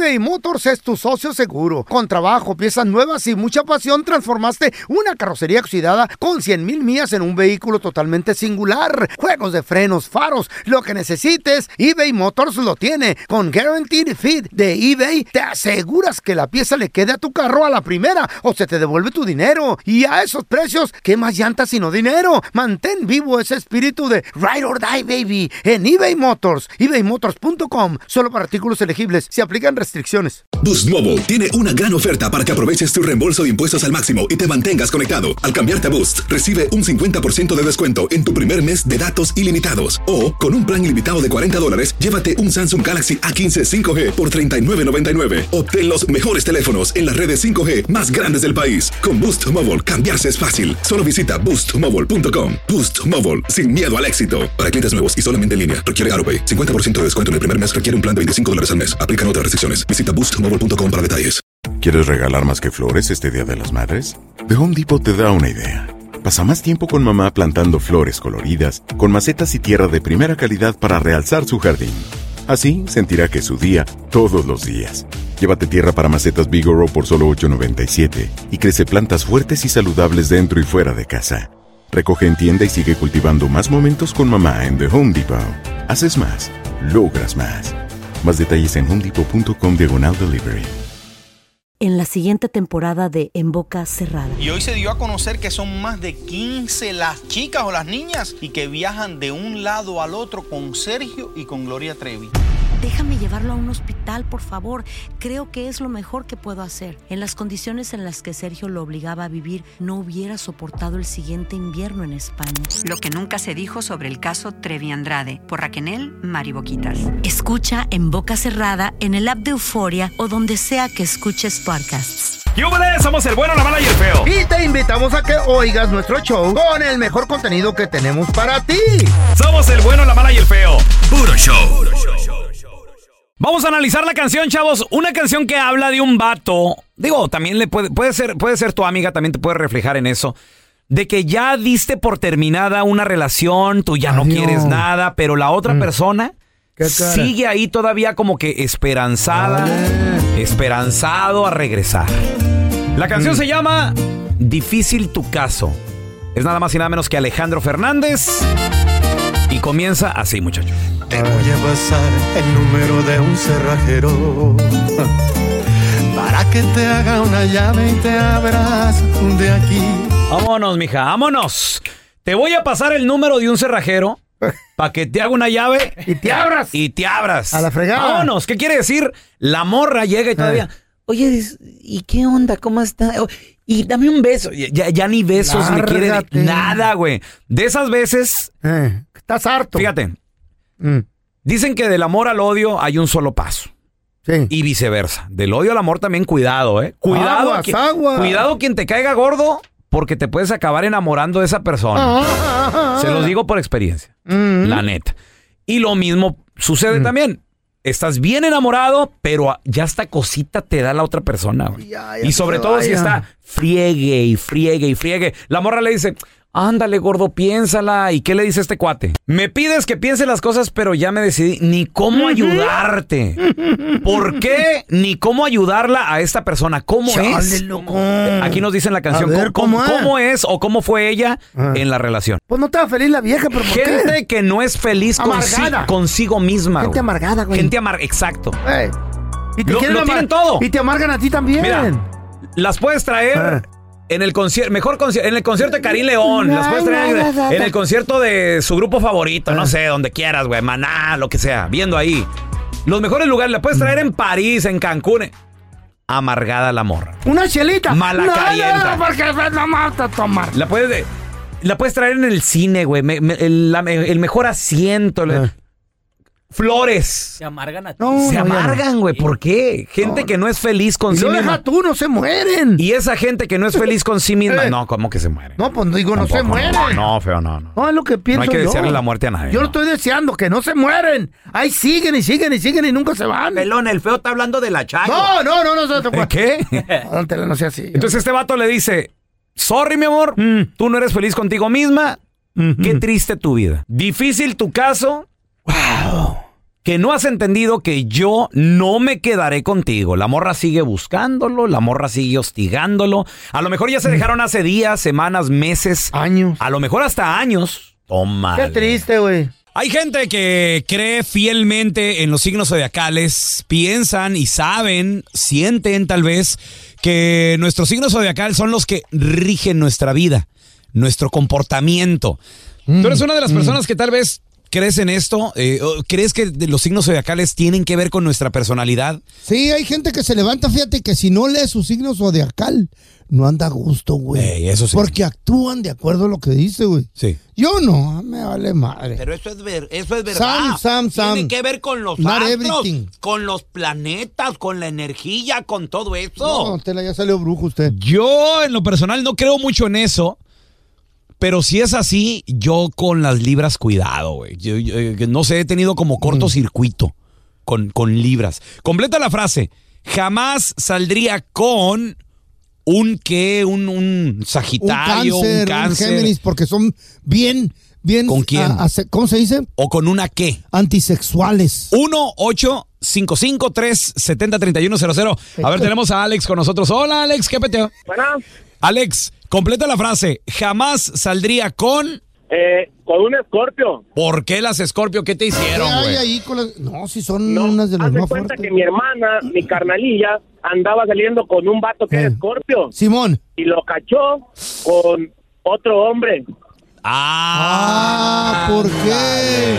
eBay Motors es tu socio seguro. Con trabajo, piezas nuevas y mucha pasión, transformaste una carrocería oxidada con 100,000 millas en un vehículo totalmente singular. Juegos de frenos, faros, lo que necesites, eBay Motors lo tiene. Con Guaranteed Fit de eBay, te aseguras que la pieza le quede a tu carro a la primera o se te devuelve tu dinero. Y a esos precios, ¿qué más llantas sino dinero? Mantén vivo ese espíritu de Ride or Die, baby, en eBay Motors. ebaymotors.com. Solo para artículos elegibles. Se aplican restricciones. Boost Mobile tiene una gran oferta para que aproveches tu reembolso de impuestos al máximo y te mantengas conectado. Al cambiarte a Boost, recibe un 50% de descuento en tu primer mes de datos ilimitados. O, con un plan ilimitado de $40, llévate un Samsung Galaxy A15 5G por $39.99. Obtén los mejores teléfonos en las redes 5G más grandes del país. Con Boost Mobile, cambiarse es fácil. Solo visita boostmobile.com. Boost Mobile, sin miedo al éxito. Para clientes nuevos y solamente en línea, requiere AutoPay. 50% de descuento en el primer mes requiere un plan de $25 al mes. Aplican otras restricciones. Visita boostmobile.com para detalles. ¿Quieres regalar más que flores este Día de las Madres? The Home Depot te da una idea. Pasa más tiempo con mamá plantando flores coloridas, con macetas y tierra de primera calidad para realzar su jardín. Así sentirá que es su día todos los días. Llévate tierra para macetas Bigoro por solo $8.97 y crece plantas fuertes y saludables dentro y fuera de casa. Recoge en tienda y sigue cultivando más momentos con mamá en The Home Depot. Haces más, logras más. Más detalles en homedepot.com/delivery. En la siguiente temporada de En Boca Cerrada. Y hoy se dio a conocer que son más de 15 las chicas o las niñas y que viajan de un lado al otro con Sergio y con Gloria Trevi. Déjame llevarlo a un hospital, por favor. Creo que es lo mejor que puedo hacer. En las condiciones en las que Sergio lo obligaba a vivir, no hubiera soportado el siguiente invierno en España. Lo que nunca se dijo sobre el caso Trevi Andrade, por Raquel Mariboquitas. Escucha En Boca Cerrada, en el app de Euforia o donde sea que escuches podcasts. ¡Yúbales! Somos el bueno, la mala y el feo. Y te invitamos a que oigas nuestro show con el mejor contenido que tenemos para ti. Somos el bueno, la mala y el feo. Puro show. Vamos a analizar la canción, chavos. Una canción que habla de un vato. Digo, también puede ser tu amiga, también te puede reflejar en eso. De que ya diste por terminada una relación, tú ya no quieres nada, pero la otra persona sigue ahí todavía como que esperanzado a regresar. La canción se llama Difícil tu caso. Es nada más y nada menos que Alejandro Fernández. Y comienza así, muchachos. Te voy a pasar el número de un cerrajero para que te haga una llave y te abras de aquí. Vámonos, mija, vámonos. Te voy a pasar el número de un cerrajero para que te haga una llave y te abras. Y te abras. A la fregada. Vámonos. ¿Qué quiere decir? La morra llega y todavía... Oye, ¿y qué onda? ¿Cómo está? Y dame un beso. Ya ni besos ni quiere nada, güey. De esas veces... Estás harto. Fíjate. Dicen que del amor al odio hay un solo paso. Sí. Y viceversa. Del odio al amor también cuidado, ¿eh? Cuidado. Aguas. Cuidado quien te caiga gordo porque te puedes acabar enamorando de esa persona. Se los digo por experiencia. La neta. Y lo mismo sucede también. Estás bien enamorado, pero ya esta cosita te da la otra persona, güey. Y sobre todo si está friegue y friegue y friegue. La morra le dice... Ándale, gordo, piénsala. ¿Y qué le dice este cuate? Me pides que piense las cosas, pero ya me decidí ni cómo ayudarte. ¿Por qué? Ni cómo ayudarla a esta persona. ¿Cómo es? Loco. Aquí nos dice en la canción ver, ¿cómo es o cómo fue ella en la relación. Pues no estaba feliz la vieja, pero ¿por qué? Gente que no es feliz consigo misma. Gente amargada, güey. Gente amargada, exacto. Y te lo tienen todo. Y te amargan a ti también. Mira, las puedes traer... En el concierto, en el concierto de Karim León, las puedes traer en el concierto de su grupo favorito, no sé, donde quieras, güey, Maná, lo que sea, viendo ahí. Los mejores lugares, la puedes traer en París, en Cancún. Amargada la morra. Una chelita. Malacarienta. No, porque no mata tomar. La puedes traer en el cine, güey, el mejor asiento. Flores. Se amargan a ti. Se amargan, güey. ¿Por qué? Gente que no es feliz con sí misma. Deja tú, no se mueren. Y esa gente que no es feliz con sí misma. No, ¿cómo que se mueren? No, pues digo, tampoco, no se mueren. No, feo, no. No, es lo que pienso yo. No hay que desearle la muerte a nadie. Yo lo estoy deseando, que no se mueren. Ahí siguen y siguen y siguen y nunca se van. Pelón, el feo está hablando de la Chayo. No. ¿Qué? No sea así. Entonces este vato le dice, sorry, mi amor, tú no eres feliz contigo misma. Qué triste tu vida. Difícil tu caso. Wow. que no has entendido que yo no me quedaré contigo. La morra sigue buscándolo, la morra sigue hostigándolo. A lo mejor ya se dejaron hace días, semanas, meses. Años. A lo mejor hasta años. Toma. Qué triste, güey. Hay gente que cree fielmente en los signos zodiacales, piensan y saben, sienten tal vez que nuestros signos zodiacales son los que rigen nuestra vida, nuestro comportamiento. Tú eres una de las personas que tal vez crees en esto, ¿crees que los signos zodiacales tienen que ver con nuestra personalidad? Sí, hay gente que se levanta, fíjate que si no lee su signo zodiacal, no anda a gusto, güey. Eso sí. Porque actúan de acuerdo a lo que dice, güey. Sí. Yo no, me vale madre. Pero eso es verdad. Sam. Tiene que ver con los Not astros, everything. con los planetas, con la energía, con todo eso. No, Tela, ya salió brujo usted. Yo, en lo personal, no creo mucho en eso. Pero si es así, yo con las libras, cuidado, güey. Yo, no sé, he tenido como cortocircuito con libras. Completa la frase. Jamás saldría con un Sagitario, un Cáncer. Un Géminis, porque son bien... ¿Con quién? ¿Cómo se dice? ¿O con una qué? Antisexuales. 1-855-370-3100. A ver, tenemos a Alex con nosotros. Hola, Alex, ¿qué peteo? Bueno. Alex, completa la frase. Jamás saldría con un Escorpio. ¿Por qué las Escorpio? ¿Qué te hicieron, ¿Qué hay güey? ahí con las... No, si son unas de las haz de más cuenta fuertes. que mi hermana, mi carnalilla, andaba saliendo con un vato que era Escorpio. Simón. Y lo cachó con otro hombre. ¿Por qué?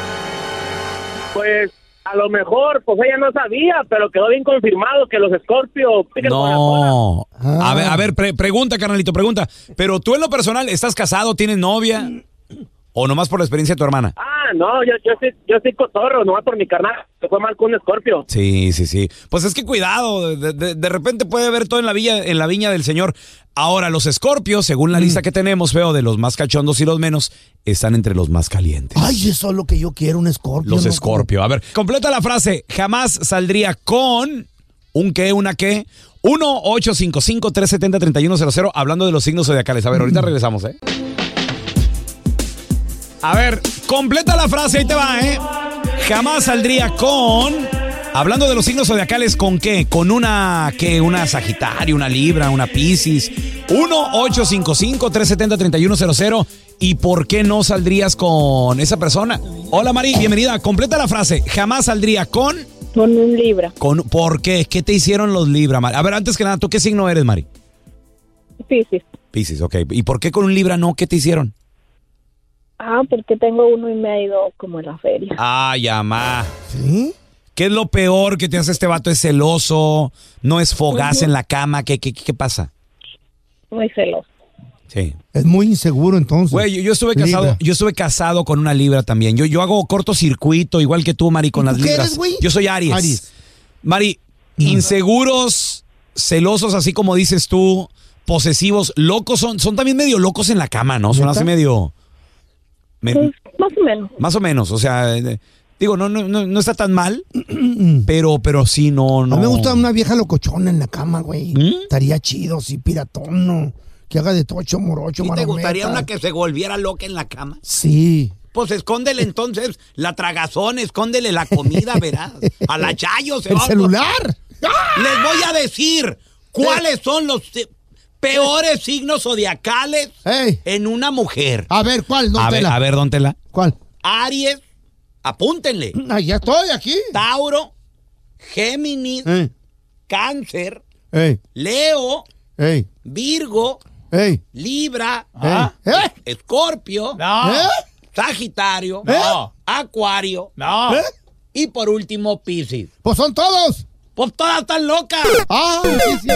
Pues a lo mejor, pues ella no sabía, pero quedó bien confirmado que los Escorpio pican con la cola. No. A ver, pregunta, carnalito, pregunta. Pero tú en lo personal, ¿estás casado, tienes novia? ¿O nomás por la experiencia de tu hermana? No, yo soy cotorro, nomás por mi carnal. Se fue mal con un Escorpio. Sí. Pues es que cuidado, de repente puede haber todo en la viña del Señor. Ahora, los Escorpios, según la lista que tenemos, feo, de los más cachondos y los menos, están entre los más calientes. Ay, eso es lo que yo quiero, un Escorpio. Los Escorpio. A ver, completa la frase. Jamás saldría con un qué, una qué. 1-855-370-3100, hablando de los signos zodiacales. A ver, ahorita regresamos, ¿eh? A ver, completa la frase, ahí te va, ¿eh? Jamás saldría con... Hablando de los signos zodiacales, ¿con qué? ¿Con una qué? ¿Una Sagitario, una Libra, una Piscis? 1-855-370-3100. ¿Y por qué no saldrías con esa persona? Hola, Mari, bienvenida. Completa la frase. Jamás saldría con... Con un Libra. ¿Por qué? ¿Qué te hicieron los Libra, Mari? A ver, antes que nada, ¿tú qué signo eres, Mari? Piscis. Piscis, ok. ¿Y por qué con un Libra no? ¿Qué te hicieron? Porque tengo uno y me ha ido como en la feria. Ma. ¿Sí? ¿Qué es lo peor que te hace este vato? ¿Es celoso? ¿No es fogaz en la cama? ¿Qué pasa? Muy celoso. Sí. Es muy inseguro, entonces. Güey, yo estuve casado. Libra. Yo estuve casado con una Libra también. Yo hago cortocircuito, igual que tú, Mari, con las ¿Qué Libras. eres, güey? Yo soy Aries. Mari, inseguros, celosos, así como dices tú, posesivos, locos, son también medio locos en la cama, ¿no? Son así medio... Pues, más o menos. Más o menos, o sea, digo, no está tan mal, pero sí, no. A mí me gusta una vieja locochona en la cama, güey. Estaría chido, sí, piratón, ¿no? Que haga de tocho, morocho, ¿Y te marometa. gustaría una que se volviera loca en la cama? Sí. Pues escóndele entonces la tragazón, escóndele la comida, verás. A la Chayo se ¿El va. celular? Les voy a decir cuáles son los peores signos zodiacales en una mujer. A ver, ¿cuál, don Tela? A ver, don Tela. ¿Cuál? Aries, apúntenle. Ya estoy aquí. Tauro, Géminis, Cáncer, Leo, Virgo, Libra, Escorpio, Sagitario, Acuario, y por último Piscis. Pues son todos. Pues todas están locas. Sí.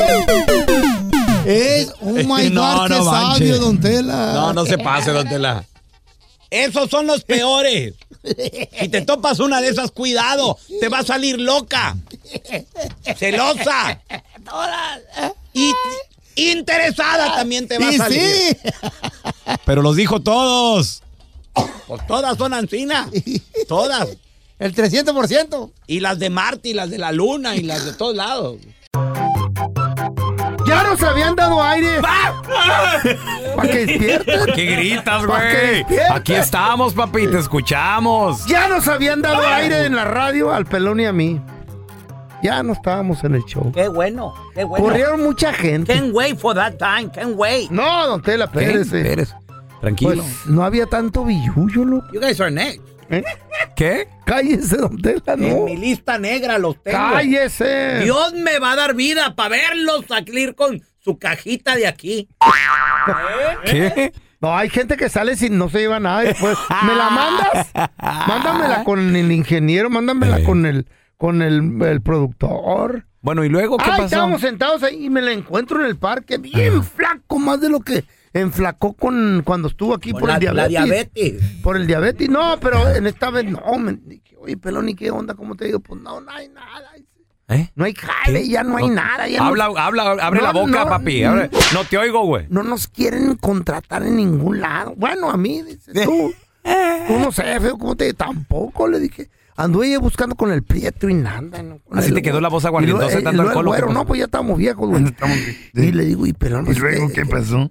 Oh my God, qué sabio, don Tela. No se pase, don Tela. Esos son los peores. Si te topas una de esas, cuidado, te va a salir loca, celosa y interesada también te va a salir. Sí. Pero los dijo todos. Pues todas son ancinas, todas. El 300%. Y las de Marte y las de la Luna y las de todos lados. ¡Ya nos habían dado aire! ¿Para que despierten? ¿Qué gritas, güey? Aquí estamos, papi, te escuchamos. Ya nos habían dado aire en la radio al Pelón y a mí. Ya no estábamos en el show. Qué bueno, qué bueno. Corrieron mucha gente. Can't wait for that time, can't wait. No, don Tela, espérese. Tranquilo. Pues, no había tanto billullo, loco. You guys are next. ¿Qué? Cállese, don Tela, no. En mi lista negra los tengo. ¡Cállese! Dios me va a dar vida para verlos salir con su cajita de aquí. ¿Qué? No, hay gente que sale sin no se lleva nada y después, ¿me la mandas? Mándamela con el ingeniero, mándamela con el productor. Bueno, ¿y luego qué pasó? Estábamos sentados ahí y me la encuentro en el parque, bien flaco, más de lo que enflacó cuando estuvo aquí por el diabetes. La diabetes. Por el diabetes, no, pero en esta vez no. Me dije, oye, Pelón, ¿y qué onda? ¿Cómo te digo? Pues no hay nada. No hay jale, ya no hay nada. Ya abre la boca, papi. No te oigo, güey. No nos quieren contratar en ningún lado. Bueno, a mí, dices tú. Tú no sé, feo, ¿cómo te digo? Tampoco, le dije. Anduve buscando con el Prieto y nada. ¿No? Así te quedó la voz aguardientosa de tanto alcohol. Bueno, no, pues ya estamos viejos, güey. Y le digo, ¿y Pelón? ¿Y luego qué pasó?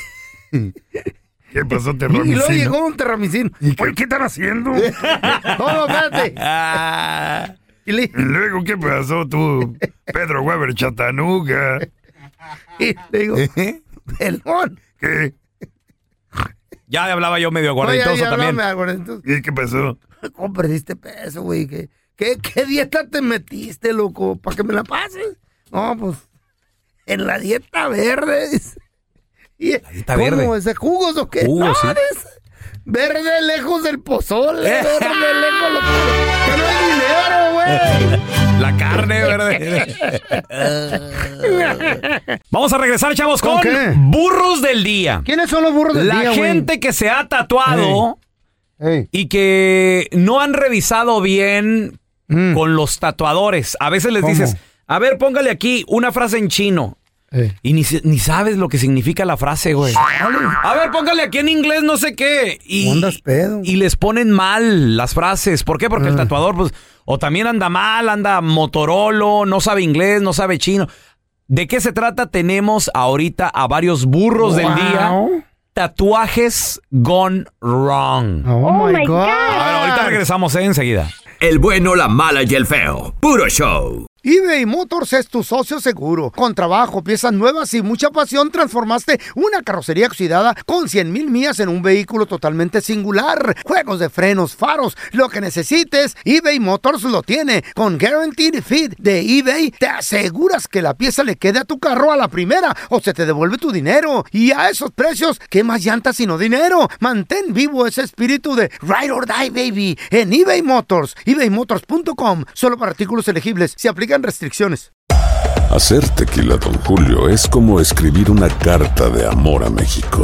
¿Qué pasó, terramicino? Y luego llegó un terramicino. Oye, ¿qué están haciendo? No, espérate. ¿Y luego qué pasó tú, Pedro Weber Chatanuga? Y le digo, Pelón. ¿Qué? Ya hablaba yo medio aguardientoso también. ¿Y qué pasó? ¿Cómo perdiste peso, güey? ¿Qué dieta te metiste, loco? ¿Para que me la pases? No, pues, en la dieta verde. ¿La dieta verde? ¿Cómo? ¿Ese jugos o qué? Jugos, sí. Verde lejos del pozole. Verde lejos, loco. Que no hay dinero, güey. La carne verde. Vamos a regresar, chavos, con burros del día. ¿Quiénes son los burros del día, La gente que se ha tatuado y que no han revisado bien con los tatuadores. A veces les dices, a ver, póngale aquí una frase en chino. Y ni sabes lo que significa la frase, güey. A ver, póngale aquí en inglés no sé qué. Y les ponen mal las frases. ¿Por qué? Porque el tatuador, pues, o también anda mal, anda motorolo, no sabe inglés, no sabe chino. ¿De qué se trata? Tenemos ahorita a varios burros del día. Tatuajes gone wrong. Oh my God. A ver, ahorita regresamos enseguida. El bueno, la mala y el feo. Puro show. eBay Motors es tu socio seguro. Con trabajo, piezas nuevas y mucha pasión, transformaste una carrocería oxidada con 100,000 millas en un vehículo totalmente singular. Juegos de frenos, faros, lo que necesites, eBay Motors lo tiene. Con Guaranteed Fit de eBay, te aseguras que la pieza le quede a tu carro a la primera o se te devuelve tu dinero. Y a esos precios, ¿qué más llantas sino dinero? Mantén vivo ese espíritu de Ride or Die, baby, en eBay Motors. ebaymotors.com. Solo para artículos elegibles. Se aplican restricciones. Hacer tequila Don Julio es como escribir una carta de amor a México.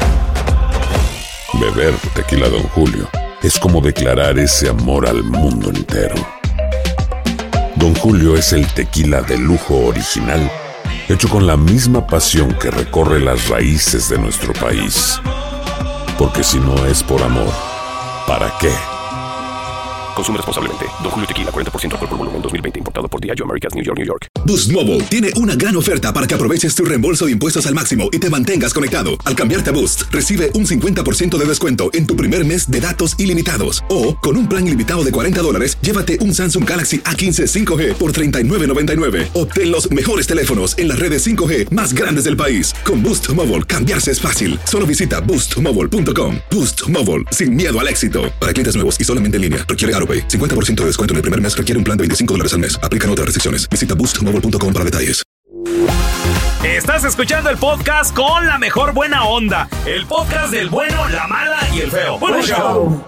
Beber tequila Don Julio es como declarar ese amor al mundo entero. Don Julio es el tequila de lujo original, hecho con la misma pasión que recorre las raíces de nuestro país. Porque si no es por amor, ¿para qué? Consume responsablemente. Don Julio Tequila, 40% alcohol por volumen, 2020. Importado por Diageo Americas, New York, New York. Boost Mobile tiene una gran oferta para que aproveches tu reembolso de impuestos al máximo y te mantengas conectado. Al cambiarte a Boost, recibe un 50% de descuento en tu primer mes de datos ilimitados. O, con un plan ilimitado de $40, llévate un Samsung Galaxy A15 5G por $39.99. Obtén los mejores teléfonos en las redes 5G más grandes del país. Con Boost Mobile, cambiarse es fácil. Solo visita boostmobile.com. Boost Mobile, sin miedo al éxito. Para clientes nuevos y solamente en línea, requiere AroPay. 50% de descuento en el primer mes requiere un plan de $25 al mes. Aplican otras restricciones. Visita boostmobile.com para detalles. Estás escuchando el podcast con la mejor buena onda. El podcast del bueno, la mala y el feo. ¡Buen show!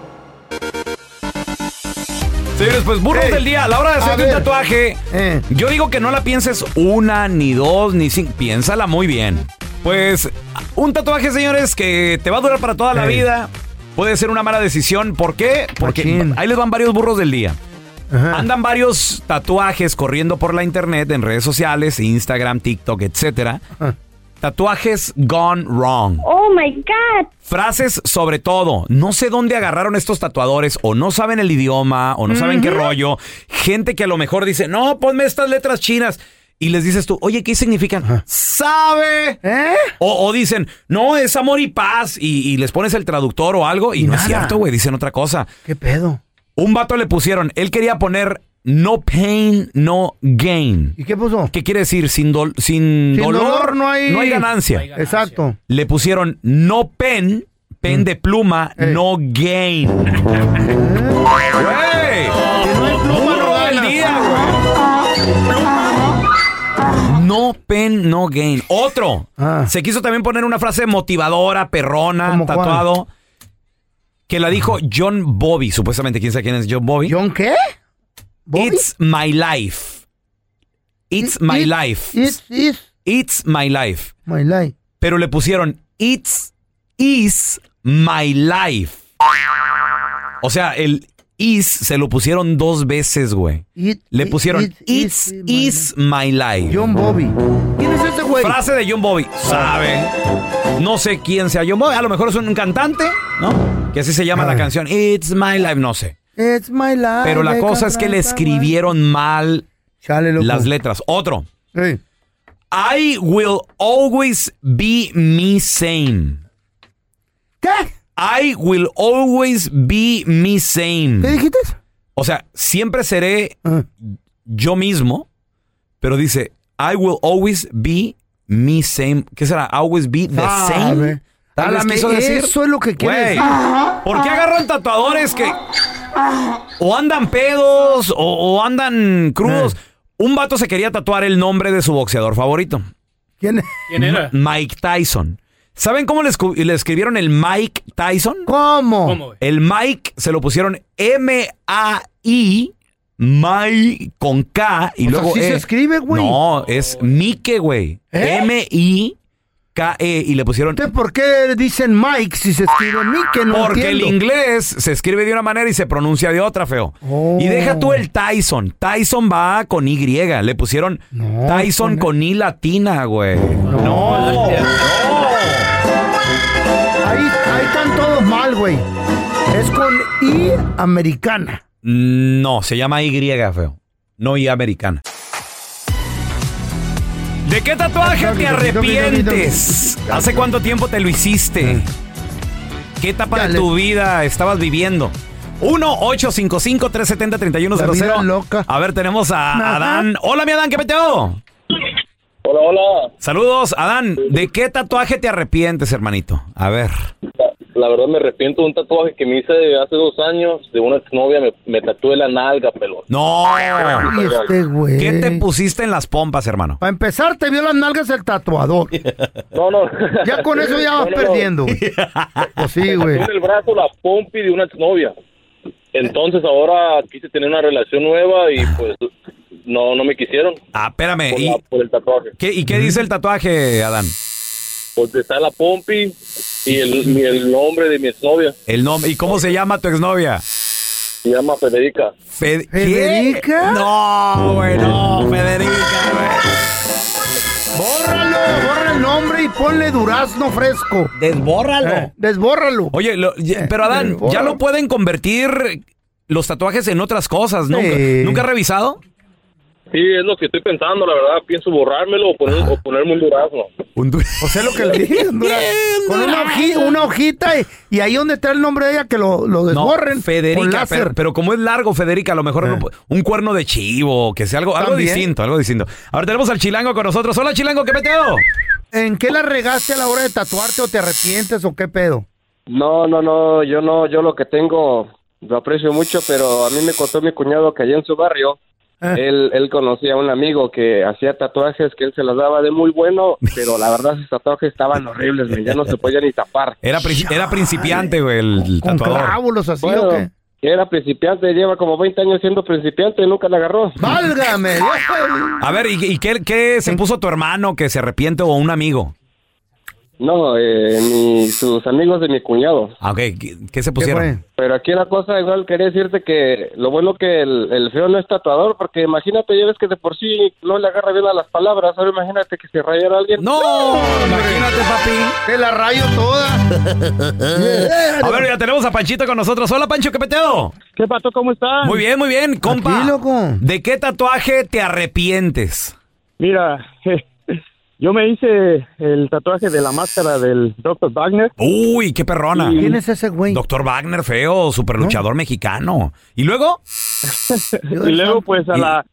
Señores, pues burros del día. A la hora de hacerte un tatuaje, yo digo que no la pienses una, ni dos, ni cinco. Piénsala muy bien. Pues un tatuaje, señores, que te va a durar para toda la vida. Puede ser una mala decisión. ¿Por qué? Porque ahí les van varios burros del día. Andan varios tatuajes corriendo por la internet, en redes sociales, Instagram, TikTok, etcétera. Tatuajes gone wrong. Oh my God. Frases sobre todo. No sé dónde agarraron estos tatuadores, o no saben el idioma, o no saben qué rollo. Gente que a lo mejor dice, no, ponme estas letras chinas. Y les dices tú, oye, ¿qué significan? ¿Sabe? O dicen, no, es amor y paz. Y les pones el traductor o algo. Y no es cierto, güey. Dicen otra cosa. ¿Qué pedo? Un vato le pusieron, él quería poner no pain, no gain. ¿Y qué puso? ¿Qué quiere decir? Sin dolor no hay ganancia. Exacto. Le pusieron no pen de pluma, no gain. ¡Güey! ¡Burro del día, güey! No pen, no gain. Otro. Se quiso también poner una frase motivadora, perrona, tatuado. ¿Cuál? Que la dijo John Bobby, supuestamente. ¿Quién sabe quién es John Bobby? ¿John qué? ¿Bobby? It's my life. It's my life. It's my life. My life. Pero le pusieron It's is my life. O sea, el is se lo pusieron 2 veces, güey. Le pusieron It's is my life. John Bobby. ¿Quién es ese güey? Frase de John Bobby. ¿Sabe? No sé quién sea John Bobby. A lo mejor es un cantante, ¿no? Que así se llama la canción. It's my life. No sé. It's my life. Pero la cosa es que le escribieron mal las letras. Otro. Sí. I will always be me same. ¿Qué? I will always be me same. ¿Qué dijiste? O sea, siempre seré yo mismo, pero dice I will always be me same. ¿Qué será? Always be the same. Tal vez quiso decir. Eso es lo que quiere decir. ¿Por qué agarran tatuadores que o andan pedos o andan crudos? Un vato se quería tatuar el nombre de su boxeador favorito. ¿Quién era? Mike Tyson. ¿Saben cómo le escribieron el Mike Tyson? ¿Cómo? El Mike se lo pusieron M-A-I, Mike con K y luego así se escribe, güey. No, es Mike, güey. M-I-K-E y le pusieron... ¿Por qué dicen Mike si se escribe Mike? No porque entiendo. el inglés se escribe de una manera y se pronuncia de otra, feo. Y deja tú el Tyson. Tyson va con Y. Le pusieron Tyson con I latina, güey. No. Ahí están todos mal, güey. Es con I americana. No, se llama Y, feo. No I americana. ¿De qué tatuaje te arrepientes? ¿Hace cuánto tiempo te lo hiciste? ¿Qué etapa de tu vida estabas viviendo? 1-855-370-3100. A ver, tenemos a Adán. Hola, mi Adán, ¿qué peteo? Hola. Saludos, Adán. ¿De qué tatuaje te arrepientes, hermanito? A ver. La verdad me arrepiento de un tatuaje que me hice hace 2 años de una exnovia. Me tatué la nalga, pelón. No. Güey. ¿Qué te pusiste en las pompas, hermano? Para empezar, te vio las nalgas el tatuador. No. Ya con eso ya vas perdiendo. Pues sí, güey. En el brazo la pompi de una exnovia. Entonces ahora quise tener una relación nueva y pues no me quisieron. Espérame. Por el tatuaje. ¿Y qué dice el tatuaje, Adán? Pues está la pompi y el nombre de mi exnovia. El nombre. ¿Y cómo se llama tu exnovia? Se llama Federica. ¿Federica? No, güey, no, Federica, güey. Borra el nombre y ponle durazno fresco. Desbórralo. Oye, pero Adán, ya lo pueden convertir los tatuajes en otras cosas, ¿no? ¿Nunca has revisado? Sí, es lo que estoy pensando, la verdad. Pienso borrármelo o ponerme un durazno. O sea, lo que le dije, con una hojita y ahí donde está el nombre de ella que lo desborren. No, Federica, con láser. pero como es largo, Federica, a lo mejor un cuerno de chivo, que sea algo distinto, algo distinto. Ahora tenemos al Chilango con nosotros. Hola, Chilango, ¿qué peteo? ¿En qué la regaste a la hora de tatuarte o te arrepientes o qué pedo? No, yo lo que tengo lo aprecio mucho, pero a mí me contó mi cuñado que allá en su barrio él conocía a un amigo que hacía tatuajes que él se las daba de muy bueno, pero la verdad esos tatuajes estaban horribles, ya no se podía ni tapar. Era principiante, güey, el tatuador. ¿Con clavos los hacía o qué? Era principiante, lleva como 20 años siendo principiante y nunca la agarró. ¡Válgame! A ver, ¿y qué se puso tu hermano que se arrepiente o un amigo? No, sus amigos de mi cuñado. Ok, ¿qué se pusieron? Pero aquí la cosa, igual quería decirte que lo bueno que el feo no es tatuador, porque imagínate, ya ves que de por sí no le agarra bien a las palabras, ahora imagínate que se rayara a alguien. ¡No! Imagínate, papi. Que la rayo toda. A ver, ya tenemos a Panchito con nosotros. Hola, Pancho, ¿qué peteo? ¿Qué pasó? ¿Cómo estás? Muy bien, compa. Aquí, loco. ¿De qué tatuaje te arrepientes? Mira, yo me hice el tatuaje de la máscara del Dr. Wagner. Uy, qué perrona. ¿Quién es ese güey? Dr. Wagner, feo, super luchador mexicano. ¿Y luego? Y luego, pues, a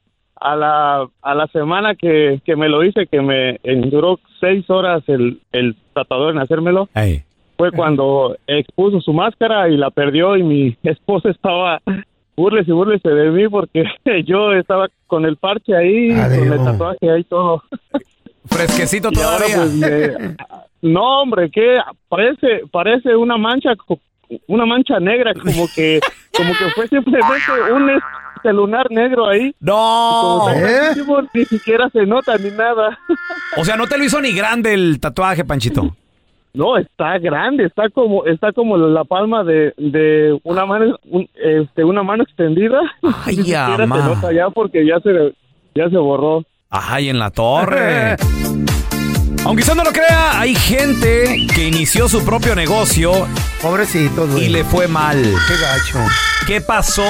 la semana que me lo hice, que me duró 6 horas el tatuador en hacérmelo, fue cuando expuso su máscara y la perdió, y mi esposa estaba búrlese de mí porque yo estaba con el parche ahí, con el tatuaje ahí todo. Fresquecito todavía. Ahora, pues, no, hombre, que parece una mancha negra, como que fue simplemente un lunar negro ahí. No, ni siquiera se nota ni nada. O sea, no te lo hizo ni grande el tatuaje, Panchito. No, está grande, está como la palma de una mano, una mano extendida. Ay, ni siquiera se mamá. nota ya porque ya se borró. Ay, en la torre. Aunque usted no lo crea, hay gente que inició su propio negocio. Pobrecito, güey. Y le fue mal. Qué gacho. ¿Qué pasó?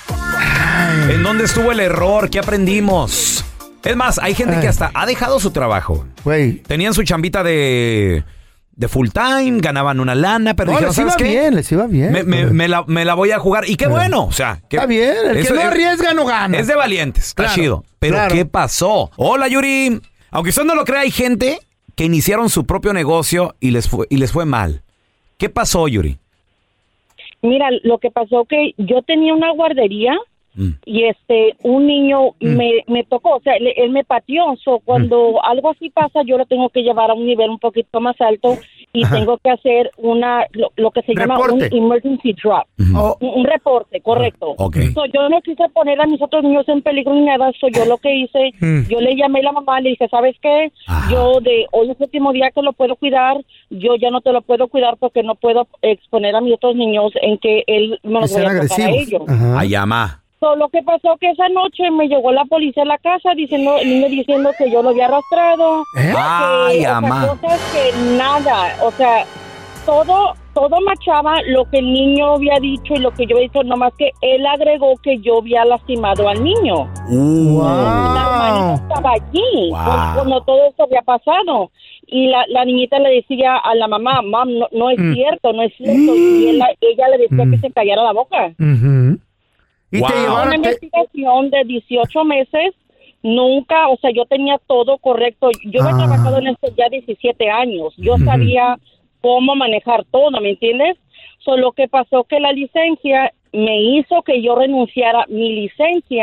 Ay. ¿En dónde estuvo el error? ¿Qué aprendimos? Es más, hay gente que hasta ha dejado su trabajo. Güey. Tenían su chambita de full time, ganaban una lana, pero dijeron, ¿sabes qué? Les iba bien. Me la voy a jugar. Y qué bueno, o sea. Está bien, el que no arriesga no gana. Es de valientes, está chido. Pero claro. ¿qué pasó? Hola, Yuri. Aunque usted no lo crea, hay gente que iniciaron su propio negocio y les fue mal. ¿Qué pasó, Yuri? Mira, lo que pasó que yo tenía una guardería y un niño me tocó, o sea, él me pateó. Cuando algo así pasa, yo lo tengo que llevar a un nivel un poquito más alto y tengo que hacer lo que se llama un emergency drop. Un reporte, correcto. Okay. Yo no quise poner a mis otros niños en peligro ni nada. Yo lo que hice, yo le llamé a la mamá, le dije, ¿sabes qué? Yo hoy es el último día que lo puedo cuidar, yo ya no te lo puedo cuidar porque no puedo exponer a mis otros niños en que él me los vaya a tocar a ellos. Ay, mamá. Lo que pasó que esa noche me llegó la policía a la casa el niño diciendo que yo lo había arrastrado. Ay, mamá. Cosas que nada, o sea, todo machaba lo que el niño había dicho y lo que yo había dicho, nomás que él agregó que yo había lastimado al niño. La hermanita estaba allí cuando todo esto había pasado. Y la niñita le decía a la mamá, no es cierto, no es cierto. Y ella le decía que se callara la boca. Y te llevaron una investigación de 18 meses, nunca, o sea, yo tenía todo correcto. Yo he trabajado en esto ya 17 años. Yo sabía cómo manejar todo, ¿me entiendes? Lo que pasó que la licencia me hizo que yo renunciara mi licencia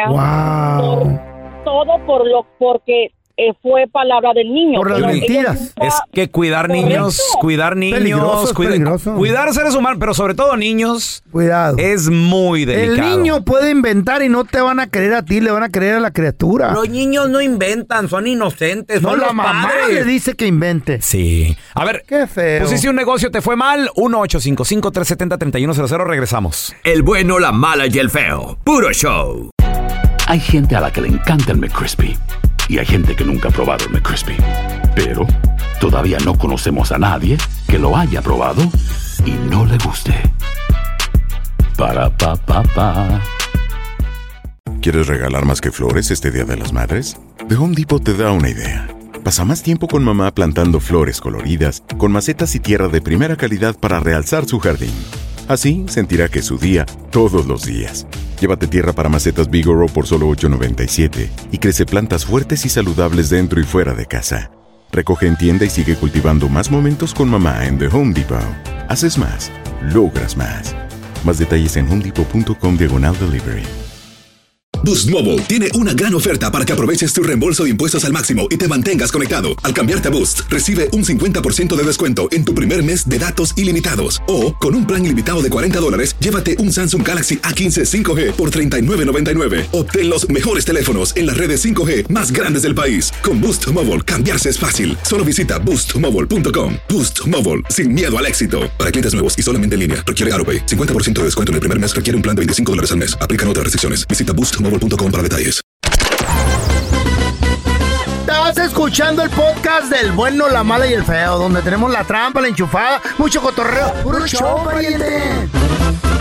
porque fue palabra del niño. Por las mentiras. Es que cuidar niños, Peligroso. cuidar seres humanos, pero sobre todo niños. Cuidado. Es muy delicado. El niño puede inventar y no te van a creer a ti, le van a creer a la criatura. Los niños no inventan, son inocentes. No, son la los mamá padres. le dice que invente. Sí. A ver, qué feo. Pues si un negocio te fue mal, 1-855-370-3100, regresamos. El bueno, la mala y el feo. Puro show. Hay gente a la que le encanta el McCrispy y hay gente que nunca ha probado el McCrispy. Pero todavía no conocemos a nadie que lo haya probado y no le guste. Para pa pa pa. ¿Quieres regalar más que flores este Día de las Madres? The Home Depot te da una idea. Pasa más tiempo con mamá plantando flores coloridas, con macetas y tierra de primera calidad para realzar su jardín. Así sentirá que es su día todos los días. Llévate tierra para macetas Bigoro por solo $8.97 y crece plantas fuertes y saludables dentro y fuera de casa. Recoge en tienda y sigue cultivando más momentos con mamá en The Home Depot. Haces más, logras más. Más detalles en homedepot.com/delivery. Boost Mobile tiene una gran oferta para que aproveches tu reembolso de impuestos al máximo y te mantengas conectado. Al cambiarte a Boost, recibe un 50% de descuento en tu primer mes de datos ilimitados. O, con un plan ilimitado de $40, llévate un Samsung Galaxy A15 5G por $39.99. Obtén los mejores teléfonos en las redes 5G más grandes del país. Con Boost Mobile, cambiarse es fácil. Solo visita boostmobile.com. Boost Mobile, sin miedo al éxito. Para clientes nuevos y solamente en línea, requiere AroPay. 50% de descuento en el primer mes requiere un plan de $25 al mes. Aplican otras restricciones. Visita boostmobile.com para detalles. Estás escuchando el podcast del bueno, la mala y el feo, donde tenemos la trampa, la enchufada, mucho cotorreo. ¡Puro show, pariente!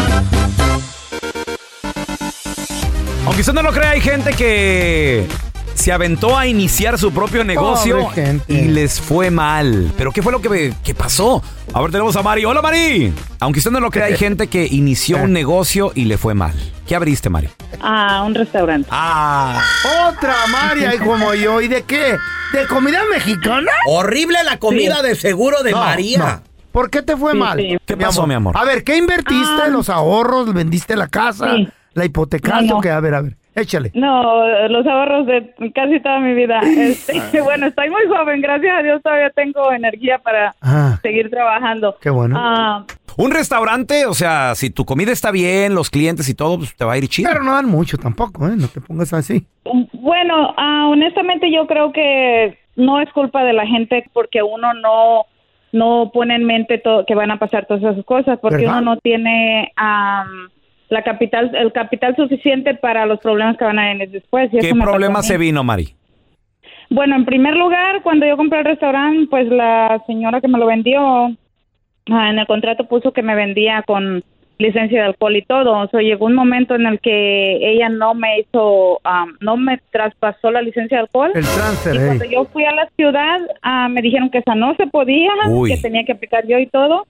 Aunque usted no lo crea, hay gente que se aventó a iniciar su propio negocio y les fue mal. ¿Pero qué fue lo que pasó? A ver, tenemos a Mari. ¡Hola, Mari! Aunque usted no lo crea, hay gente que inició un negocio y le fue mal. ¿Qué abriste, Mari? Un restaurante. Otra Mari, ahí como yo. ¿Y de qué? ¿De comida mexicana? Horrible la comida de seguro de María. No. ¿Por qué te fue mal? Sí. ¿Qué pasó, mi amor? A ver, ¿qué invertiste? ¿Los ahorros? ¿Vendiste la casa? Sí. ¿La hipotecaste o qué? A ver, échale. No, los ahorros de casi toda mi vida. Bueno, estoy muy joven, gracias a Dios todavía tengo energía para seguir trabajando. Qué bueno. Un restaurante, o sea, si tu comida está bien, los clientes y todo, pues te va a ir chido. Pero no dan mucho tampoco, no te pongas así. Bueno, honestamente yo creo que no es culpa de la gente porque uno no pone en mente que van a pasar todas esas cosas, porque ¿verdad? uno no tiene el capital suficiente para los problemas que van a venir después. Y ¿Qué eso me problema pasó a mí. se vino, Mari? Bueno, en primer lugar, cuando yo compré el restaurante, pues la señora que me lo vendió, en el contrato puso que me vendía con licencia de alcohol y todo. O sea, llegó un momento en el que ella no me traspasó la licencia de alcohol. El transfer, y cuando yo fui a la ciudad, me dijeron que esa no se podía, que tenía que aplicar yo y todo.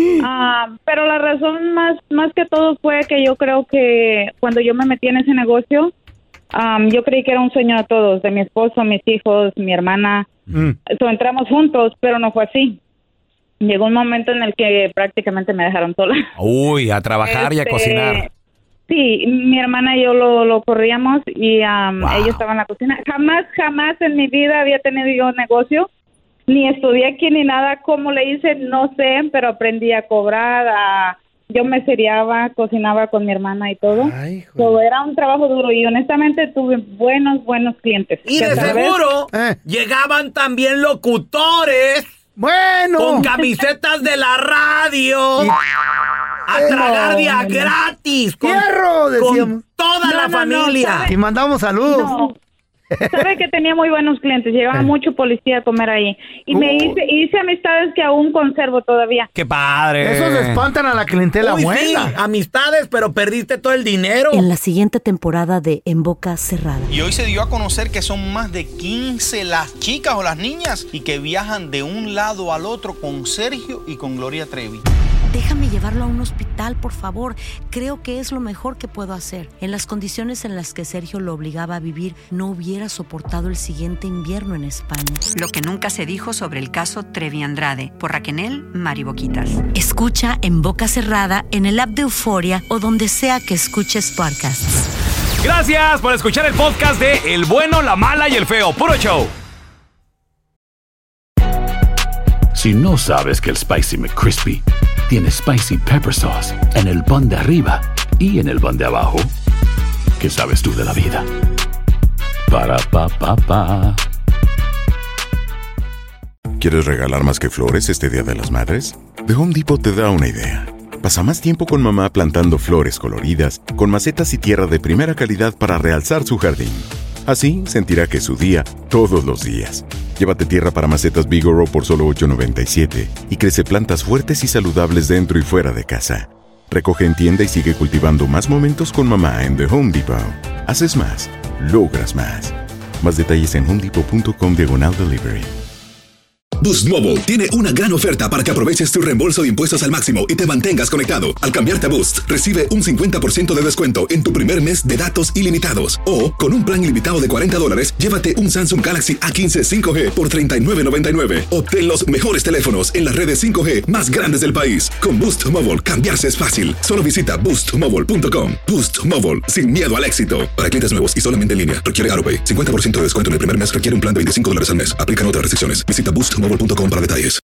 Pero la razón más que todo fue que yo creo que cuando yo me metí en ese negocio, yo creí que era un sueño de todos, de mi esposo, mis hijos, mi hermana. Entramos juntos, pero no fue así. Llegó un momento en el que prácticamente me dejaron sola. Uy, a trabajar y a cocinar. Sí, mi hermana y yo lo corríamos y ella estaba en la cocina. Jamás en mi vida había tenido yo un negocio. Ni estudié aquí ni nada. ¿Cómo le hice? No sé, pero aprendí a cobrar. Yo me seriaba, cocinaba con mi hermana y todo. Todo era un trabajo duro y honestamente tuve buenos clientes. Y de seguro llegaban también locutores. Bueno. Con camisetas de la radio. A tragar día gratis. ¡Fierro! Decíamos. Con toda la familia. Y mandamos saludos. Sabe que tenía muy buenos clientes, llevaba mucho policía a comer ahí. Y me hice amistades que aún conservo todavía. ¡Qué padre! Esos espantan a la clientela buena. Sí, amistades, pero perdiste todo el dinero. En la siguiente temporada de En Boca Cerrada. Y hoy se dio a conocer que son más de 15 las chicas o las niñas y que viajan de un lado al otro con Sergio y con Gloria Trevi. Déjame llevarlo a un hospital, por favor. Creo que es lo mejor que puedo hacer. En las condiciones en las que Sergio lo obligaba a vivir, no hubiera soportado el siguiente invierno en España. Lo que nunca se dijo sobre el caso Trevi Andrade, por Raquel Mariboquitas. Escucha En Boca Cerrada, en el app de Euforia o donde sea que escuches podcasts. Gracias por escuchar el podcast de El Bueno, la Mala y el Feo. Puro show. Si no sabes que el Spicy McCrispy tiene Spicy Pepper Sauce en el pan de arriba y en el pan de abajo, ¿qué sabes tú de la vida? Para, pa, pa, pa. ¿Quieres regalar más que flores este Día de las Madres? The Home Depot te da una idea. Pasa más tiempo con mamá plantando flores coloridas, con macetas y tierra de primera calidad para realzar su jardín. Así sentirá que es su día todos los días. Llévate tierra para macetas Bigoro por solo $8.97 y crece plantas fuertes y saludables dentro y fuera de casa. Recoge en tienda y sigue cultivando más momentos con mamá en The Home Depot. Haces más, logras más. Más detalles en homedepot.com/delivery. Boost Mobile tiene una gran oferta para que aproveches tu reembolso de impuestos al máximo y te mantengas conectado. Al cambiarte a Boost, recibe un 50% de descuento en tu primer mes de datos ilimitados. O, con un plan ilimitado de $40, llévate un Samsung Galaxy A15 5G por $39.99. Obtén los mejores teléfonos en las redes 5G más grandes del país. Con Boost Mobile, cambiarse es fácil. Solo visita boostmobile.com. Boost Mobile, sin miedo al éxito. Para clientes nuevos y solamente en línea, requiere AutoPay. 50% de descuento en el primer mes requiere un plan de $25 al mes. Aplican otras restricciones. Visita boostmobile.com para detalles.